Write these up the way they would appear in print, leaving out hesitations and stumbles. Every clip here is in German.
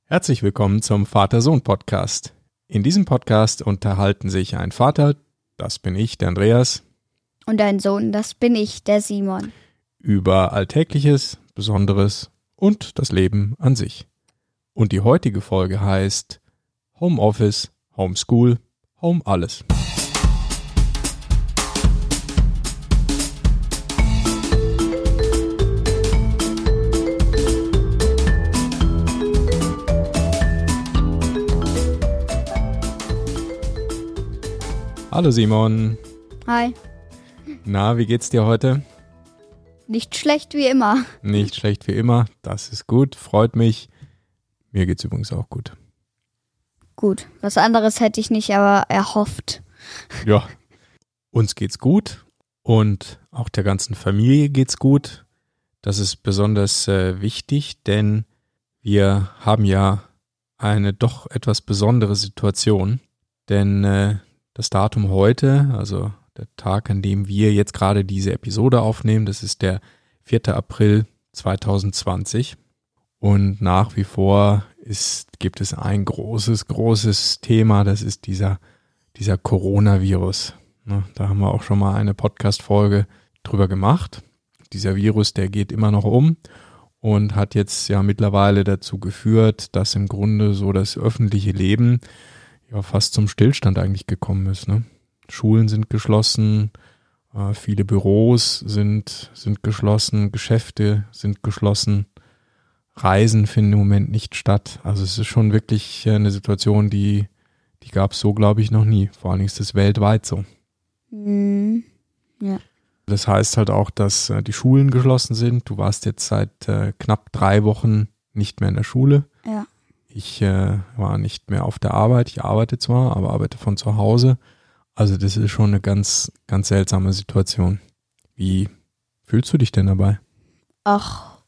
Herzlich willkommen zum Vater-Sohn-Podcast. In diesem Podcast unterhalten sich ein Vater, das bin ich, der Andreas, und ein Sohn, das bin ich, der Simon, über Alltägliches, Besonderes und das Leben an sich. Und die heutige Folge heißt Homeoffice, Homeschool, Home alles. Hallo Simon. Hi. Na, wie geht's dir heute? Nicht schlecht wie immer. Nicht schlecht wie immer, das ist gut, freut mich. Mir geht's übrigens auch gut. Gut, was anderes hätte ich nicht aber erhofft. Ja, uns geht's gut und auch der ganzen Familie geht's gut. Das ist besonders wichtig, denn wir haben ja eine doch etwas besondere Situation. Denn das Datum heute, also der Tag, an dem wir jetzt gerade diese Episode aufnehmen, das ist der 4. April 2020. Und nach wie vor gibt es ein großes Thema, das ist dieser Coronavirus. Da haben wir auch schon mal eine Podcast-Folge drüber gemacht. Dieser Virus, der geht immer noch um und hat jetzt ja mittlerweile dazu geführt, dass im Grunde so das öffentliche Leben ja fast zum Stillstand eigentlich gekommen ist. Ne? Schulen sind geschlossen, viele Büros sind geschlossen, Geschäfte sind geschlossen, Reisen finden im Moment nicht statt. Also es ist schon wirklich eine Situation, die gab es so, glaube ich, noch nie. Vor allen Dingen ist das weltweit so. Ja. Das heißt halt auch, dass die Schulen geschlossen sind. Du warst jetzt seit knapp 3 Wochen nicht mehr in der Schule. Ja. Ich war nicht mehr auf der Arbeit. Ich arbeite zwar, aber arbeite von zu Hause. Also das ist schon eine ganz seltsame Situation. Wie fühlst du dich denn dabei? Ach,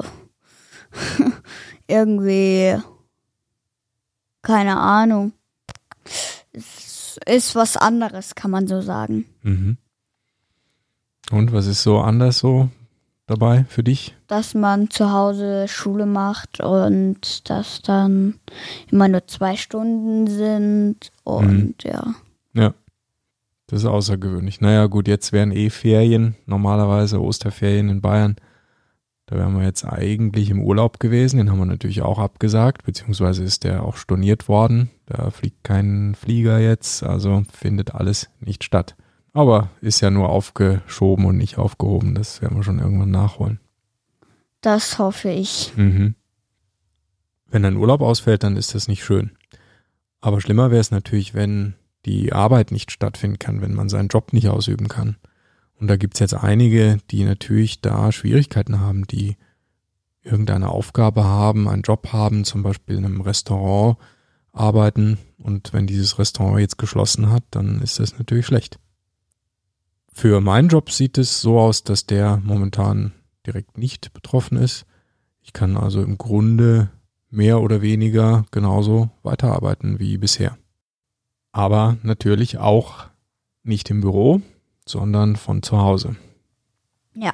irgendwie, keine Ahnung. Es ist was anderes, kann man so sagen. Mhm. Und was ist so anders so dabei für dich? Dass man zu Hause Schule macht und dass dann immer nur 2 Stunden sind und ja. Ja, das ist außergewöhnlich. Naja gut, jetzt wären Ferien, normalerweise Osterferien in Bayern. Da wären wir jetzt eigentlich im Urlaub gewesen, den haben wir natürlich auch abgesagt, beziehungsweise ist der auch storniert worden. Da fliegt kein Flieger jetzt, also findet alles nicht statt. Aber ist ja nur aufgeschoben und nicht aufgehoben, das werden wir schon irgendwann nachholen. Das hoffe ich. Wenn ein Urlaub ausfällt, dann ist das nicht schön. Aber schlimmer wäre es natürlich, wenn die Arbeit nicht stattfinden kann, wenn man seinen Job nicht ausüben kann. Und da gibt es jetzt einige, die natürlich da Schwierigkeiten haben, die irgendeine Aufgabe haben, einen Job haben, zum Beispiel in einem Restaurant arbeiten. Und wenn dieses Restaurant jetzt geschlossen hat, dann ist das natürlich schlecht. Für meinen Job sieht es so aus, dass der momentan direkt nicht betroffen ist. Ich kann also im Grunde mehr oder weniger genauso weiterarbeiten wie bisher. Aber natürlich auch nicht im Büro, sondern von zu Hause. Ja.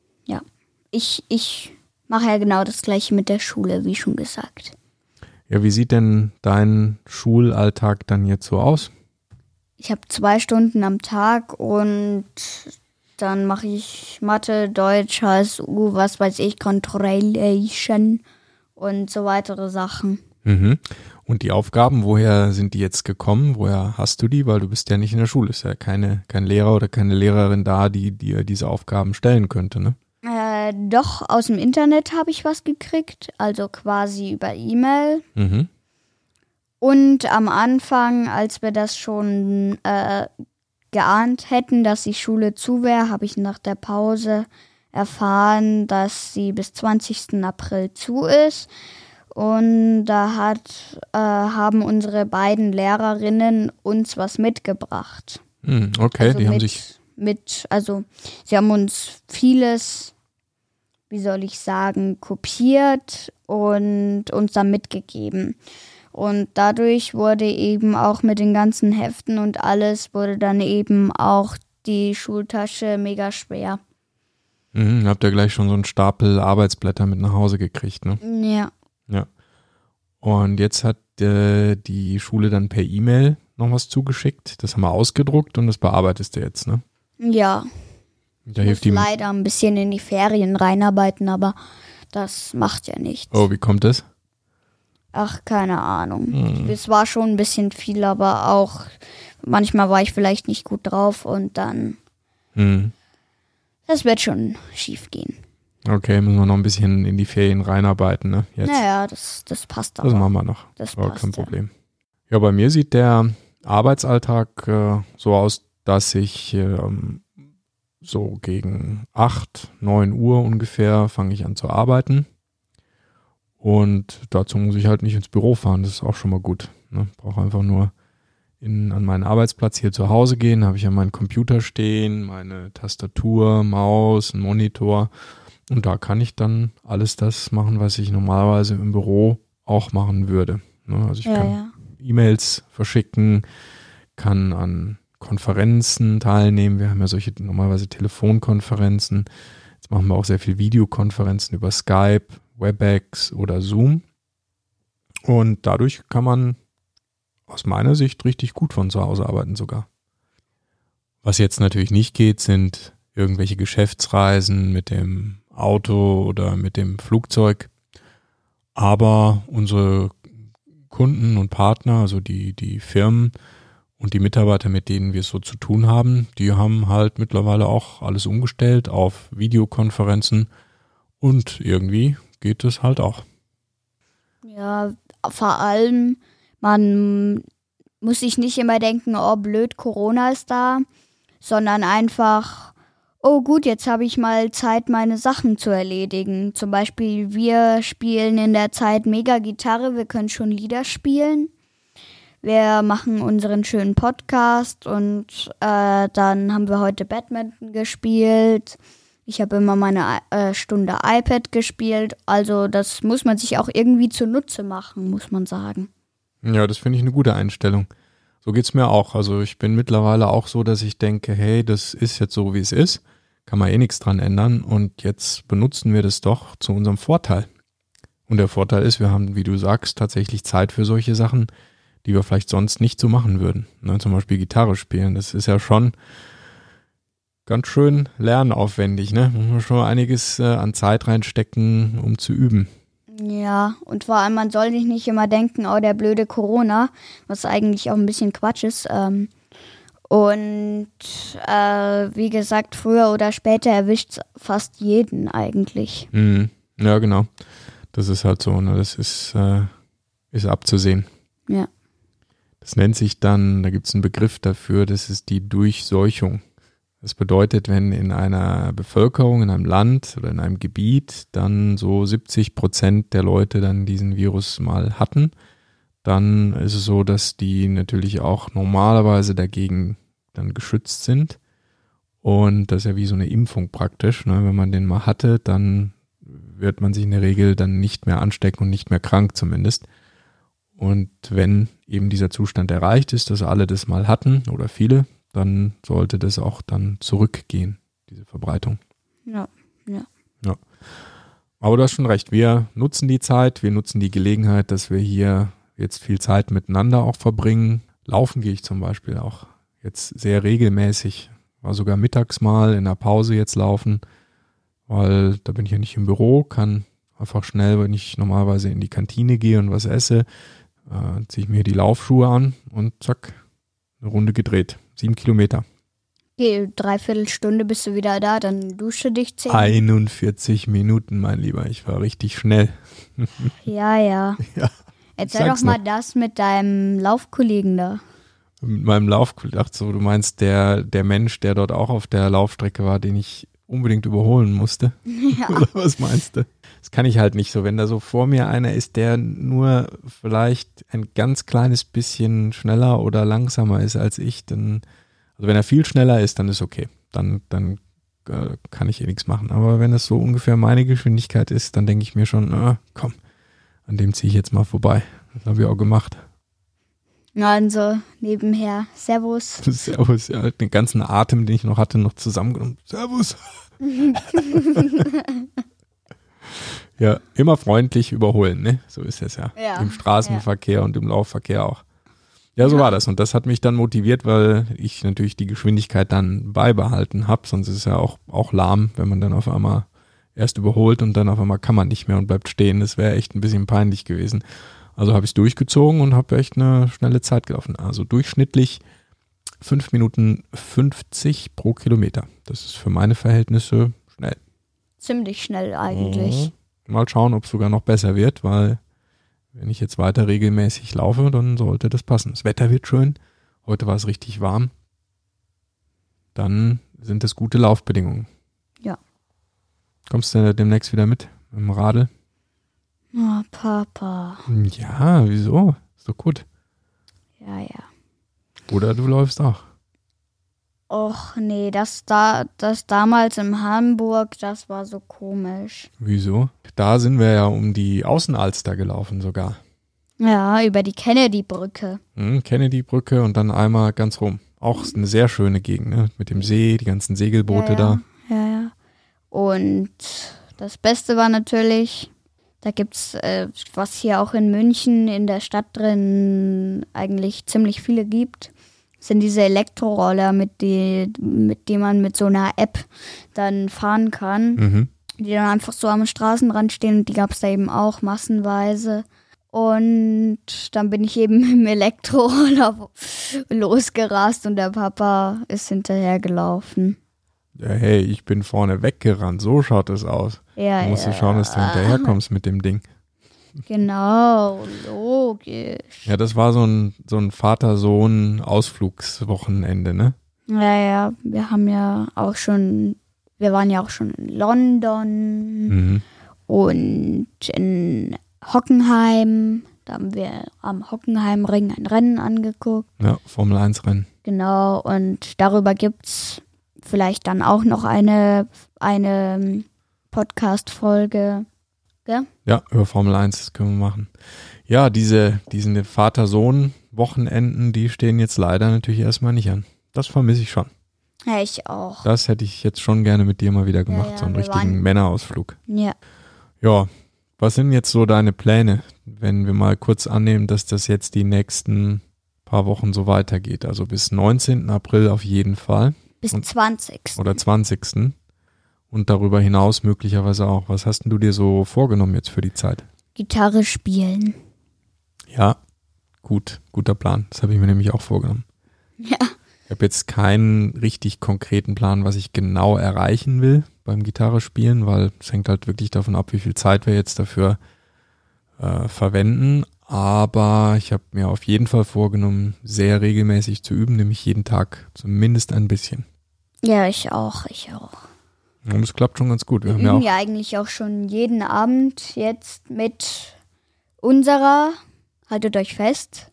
Ich mache ja genau das Gleiche mit der Schule, wie schon gesagt. Ja, wie sieht denn dein Schulalltag dann jetzt so aus? Ich habe 2 Stunden am Tag und dann mache ich Mathe, Deutsch, HSU, was weiß ich, Controlation und so weitere Sachen. Und die Aufgaben, woher sind die jetzt gekommen? Woher hast du die? Weil du bist ja nicht in der Schule. Ist ja kein Lehrer oder keine Lehrerin da, die dir diese Aufgaben stellen könnte, ne? Doch, aus dem Internet habe ich was gekriegt, also quasi über E-Mail. Und am Anfang, als wir das schon geahnt hätten, dass die Schule zu wäre, habe ich nach der Pause erfahren, dass sie bis 20. April zu ist. Und da haben unsere beiden Lehrerinnen uns was mitgebracht. Okay, Also die haben sich... sie haben uns vieles, wie soll ich sagen, kopiert und uns dann mitgegeben. Und dadurch wurde eben auch mit den ganzen Heften und alles, wurde dann eben auch die Schultasche mega schwer. Habt ihr gleich schon so einen Stapel Arbeitsblätter mit nach Hause gekriegt, ne? Ja. Ja. Und jetzt hat die Schule dann per E-Mail noch was zugeschickt. Das haben wir ausgedruckt und das bearbeitest du jetzt, ne? Ja. Da Ich hilft muss leider ein bisschen in die Ferien reinarbeiten, aber das macht ja nichts. Oh, wie kommt das? Ach, keine Ahnung. Es war schon ein bisschen viel, aber auch manchmal war ich vielleicht nicht gut drauf und dann das wird schon schief gehen. Okay, müssen wir noch ein bisschen in die Ferien reinarbeiten, ne? Jetzt. Naja, das passt aber. Das machen wir noch. Das Aber passt, kein Problem. Ja, bei mir sieht der Arbeitsalltag so aus, dass ich so gegen 8, 9 Uhr ungefähr fange ich an zu arbeiten. Und dazu muss ich halt nicht ins Büro fahren, das ist auch schon mal gut. Ne? Brauche einfach nur an meinen Arbeitsplatz hier zu Hause gehen, habe ich ja meinen Computer stehen, meine Tastatur, Maus, einen Monitor. Und da kann ich dann alles das machen, was ich normalerweise im Büro auch machen würde. Ne? Also ich kann E-Mails verschicken, kann an Konferenzen teilnehmen. Wir haben ja solche normalerweise Telefonkonferenzen. Jetzt machen wir auch sehr viel Videokonferenzen über Skype, WebEx oder Zoom. Und dadurch kann man aus meiner Sicht richtig gut von zu Hause arbeiten sogar. Was jetzt natürlich nicht geht, sind irgendwelche Geschäftsreisen mit dem Auto oder mit dem Flugzeug. Aber unsere Kunden und Partner, also die Firmen und die Mitarbeiter, mit denen wir es so zu tun haben, die haben halt mittlerweile auch alles umgestellt auf Videokonferenzen und irgendwie geht es halt auch. Ja, vor allem, man muss sich nicht immer denken, oh blöd, Corona ist da, sondern einfach, oh gut, jetzt habe ich mal Zeit, meine Sachen zu erledigen. Zum Beispiel, wir spielen in der Zeit mega Gitarre, wir können schon Lieder spielen. Wir machen unseren schönen Podcast und dann haben wir heute Badminton gespielt. Ich habe immer meine Stunde iPad gespielt. Also das muss man sich auch irgendwie zunutze machen, muss man sagen. Ja, das finde ich eine gute Einstellung. So geht's mir auch. Also ich bin mittlerweile auch so, dass ich denke, hey, das ist jetzt so, wie es ist. Kann man eh nichts dran ändern. Und jetzt benutzen wir das doch zu unserem Vorteil. Und der Vorteil ist, wir haben, wie du sagst, tatsächlich Zeit für solche Sachen, die wir vielleicht sonst nicht so machen würden. Ne, zum Beispiel Gitarre spielen. Das ist ja schon ganz schön lernaufwendig. Ne? Muss man schon einiges an Zeit reinstecken, um zu üben. Ja, und vor allem, man soll sich nicht immer denken, oh, der blöde Corona, was eigentlich auch ein bisschen Quatsch ist. Und wie gesagt, früher oder später erwischt es fast jeden eigentlich. Ja, genau. Das ist halt so, ne? Das ist abzusehen. Ja. Das nennt sich dann, da gibt es einen Begriff dafür, das ist die Durchseuchung. Das bedeutet, wenn in einer Bevölkerung, in einem Land oder in einem Gebiet dann so 70% der Leute dann diesen Virus mal hatten, dann ist es so, dass die natürlich auch normalerweise dagegen dann geschützt sind. Und das ist ja wie so eine Impfung praktisch. Ne? Wenn man den mal hatte, dann wird man sich in der Regel dann nicht mehr anstecken und nicht mehr krank zumindest. Und wenn eben dieser Zustand erreicht ist, dass alle das mal hatten oder viele, dann sollte das auch dann zurückgehen, diese Verbreitung. Ja. Aber du hast schon recht, wir nutzen die Zeit, wir nutzen die Gelegenheit, dass wir hier jetzt viel Zeit miteinander auch verbringen. Laufen gehe ich zum Beispiel auch jetzt sehr regelmäßig, war sogar mittags mal in der Pause jetzt laufen, weil da bin ich ja nicht im Büro, kann einfach schnell, wenn ich normalerweise in die Kantine gehe und was esse, ziehe ich mir die Laufschuhe an und zack, eine Runde gedreht. 7 Kilometer. Okay, 3/4 Stunde bist du wieder da, dann dusche dich 10. 41 Minuten, mein Lieber. Ich war richtig schnell. Ja. Ja, Erzähl doch mal das mit deinem Laufkollegen da. Mit meinem Laufkollegen. Ach so, du meinst der Mensch, der dort auch auf der Laufstrecke war, den ich unbedingt überholen musste? Ja. Oder was meinst du? Das kann ich halt nicht so. Wenn da so vor mir einer ist, der nur vielleicht ein ganz kleines bisschen schneller oder langsamer ist als ich, dann, also wenn er viel schneller ist, dann ist okay. Dann kann ich eh nichts machen. Aber wenn es so ungefähr meine Geschwindigkeit ist, dann denke ich mir schon, komm, an dem ziehe ich jetzt mal vorbei. Das habe ich auch gemacht. Also, nebenher. Servus. Servus, ja, den ganzen Atem, den ich noch hatte, noch zusammengenommen. Servus. Ja, immer freundlich überholen, ne? So ist es ja. Im Straßenverkehr und im Laufverkehr auch. Ja, so war das. Und das hat mich dann motiviert, weil ich natürlich die Geschwindigkeit dann beibehalten habe. Sonst ist es ja auch lahm, wenn man dann auf einmal erst überholt und dann auf einmal kann man nicht mehr und bleibt stehen. Das wäre echt ein bisschen peinlich gewesen. Also habe ich es durchgezogen und habe echt eine schnelle Zeit gelaufen. Also durchschnittlich 5 Minuten 50 pro Kilometer. Das ist für meine Verhältnisse schnell. Ziemlich schnell eigentlich. Mal schauen, ob es sogar noch besser wird, weil wenn ich jetzt weiter regelmäßig laufe, dann sollte das passen. Das Wetter wird schön. Heute war es richtig warm. Dann sind es gute Laufbedingungen. Ja. Kommst du demnächst wieder mit dem Radl? Oh, Papa. Ja, wieso? Ist doch gut. Ja. Oder du läufst auch. Och nee, das damals in Hamburg, das war so komisch. Wieso? Da sind wir ja um die Außenalster gelaufen sogar. Ja, über die Kennedy-Brücke. Kennedy-Brücke und dann einmal ganz rum. Auch eine sehr schöne Gegend, ne? Mit dem See, die ganzen Segelboote da. Ja. Und das Beste war natürlich, da gibt's, was hier auch in München in der Stadt drin eigentlich ziemlich viele gibt, sind diese Elektroroller, mit denen man mit so einer App dann fahren kann, die dann einfach so am Straßenrand stehen, und die gab es da eben auch massenweise. Und dann bin ich eben im Elektroroller losgerast und der Papa ist hinterhergelaufen. Ja, hey, ich bin vorne weggerannt, so schaut es aus. Ja, du musst schauen, dass du hinterherkommst mit dem Ding. Genau, logisch. Ja, das war so ein Vater-Sohn-Ausflugswochenende, ne? Ja, wir waren ja auch schon in London und in Hockenheim. Da haben wir am Hockenheimring ein Rennen angeguckt. Ja, Formel-1-Rennen. Genau, und darüber gibt's vielleicht dann auch noch eine Podcast-Folge. Ja, über Formel 1, das können wir machen. Ja, diese Vater-Sohn-Wochenenden, die stehen jetzt leider natürlich erstmal nicht an. Das vermisse ich schon. Ja, ich auch. Das hätte ich jetzt schon gerne mit dir mal wieder gemacht, so einen richtigen Männerausflug. Ja. Ja, was sind jetzt so deine Pläne, wenn wir mal kurz annehmen, dass das jetzt die nächsten paar Wochen so weitergeht? Also bis 19. April auf jeden Fall. Bis 20. Oder 20. Und darüber hinaus möglicherweise auch. Was hast denn du dir so vorgenommen jetzt für die Zeit? Gitarre spielen. Ja, guter Plan. Das habe ich mir nämlich auch vorgenommen. Ja. Ich habe jetzt keinen richtig konkreten Plan, was ich genau erreichen will beim Gitarre spielen, weil es hängt halt wirklich davon ab, wie viel Zeit wir jetzt dafür verwenden. Aber ich habe mir auf jeden Fall vorgenommen, sehr regelmäßig zu üben, nämlich jeden Tag zumindest ein bisschen. Ja, ich auch. Und es klappt schon ganz gut. Wir üben ja eigentlich auch schon jeden Abend jetzt mit unserer, haltet euch fest,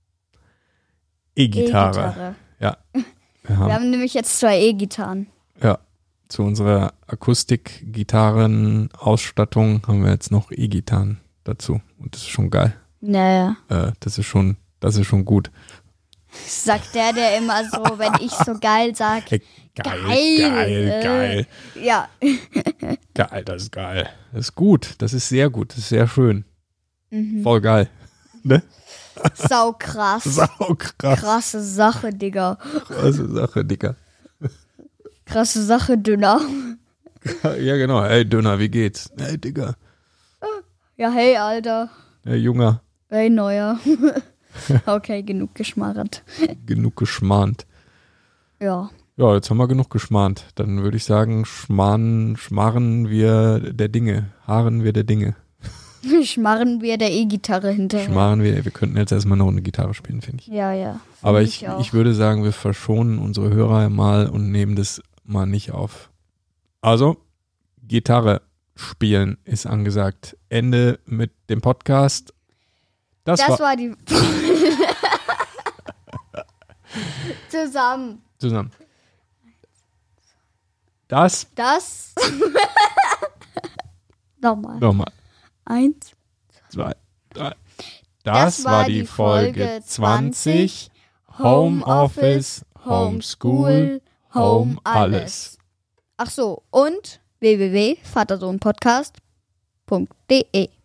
E-Gitarre. Ja. Wir haben nämlich jetzt 2 E-Gitarren. Ja, zu unserer Akustik-Gitarren-Ausstattung haben wir jetzt noch E-Gitarren dazu. Und das ist schon geil. Naja. Das ist schon gut. Sagt der immer so, wenn ich so geil sag. Geil. Ja. Geil, das ist geil. Das ist gut, das ist sehr gut, das ist sehr schön. Voll geil. Ne? Sau krass. Krasse Sache, Digga. Krasse Sache, Dünner. Ja, genau. Hey, Dünner, wie geht's? Hey, Digga. Ja, hey, Alter. Hey, Junger. Hey, Neuer. Okay, genug geschmarrt. Genug geschmarrt. Ja. Ja, jetzt haben wir genug geschmarrt. Dann würde ich sagen, schmarren wir der Dinge. Harren wir der Dinge. Schmarren wir der E-Gitarre hinterher. Wir könnten jetzt erstmal noch eine Gitarre spielen, finde ich. Ja. Aber ich würde sagen, wir verschonen unsere Hörer mal und nehmen das mal nicht auf. Also, Gitarre spielen ist angesagt. Ende mit dem Podcast. Das war die... Zusammen. Das. Nochmal. 1, 2, 3. Das war die Folge 20. Homeoffice, Homeschool, Home alles. Ach so, und www.vatersohnpodcast.de www.podcast.de.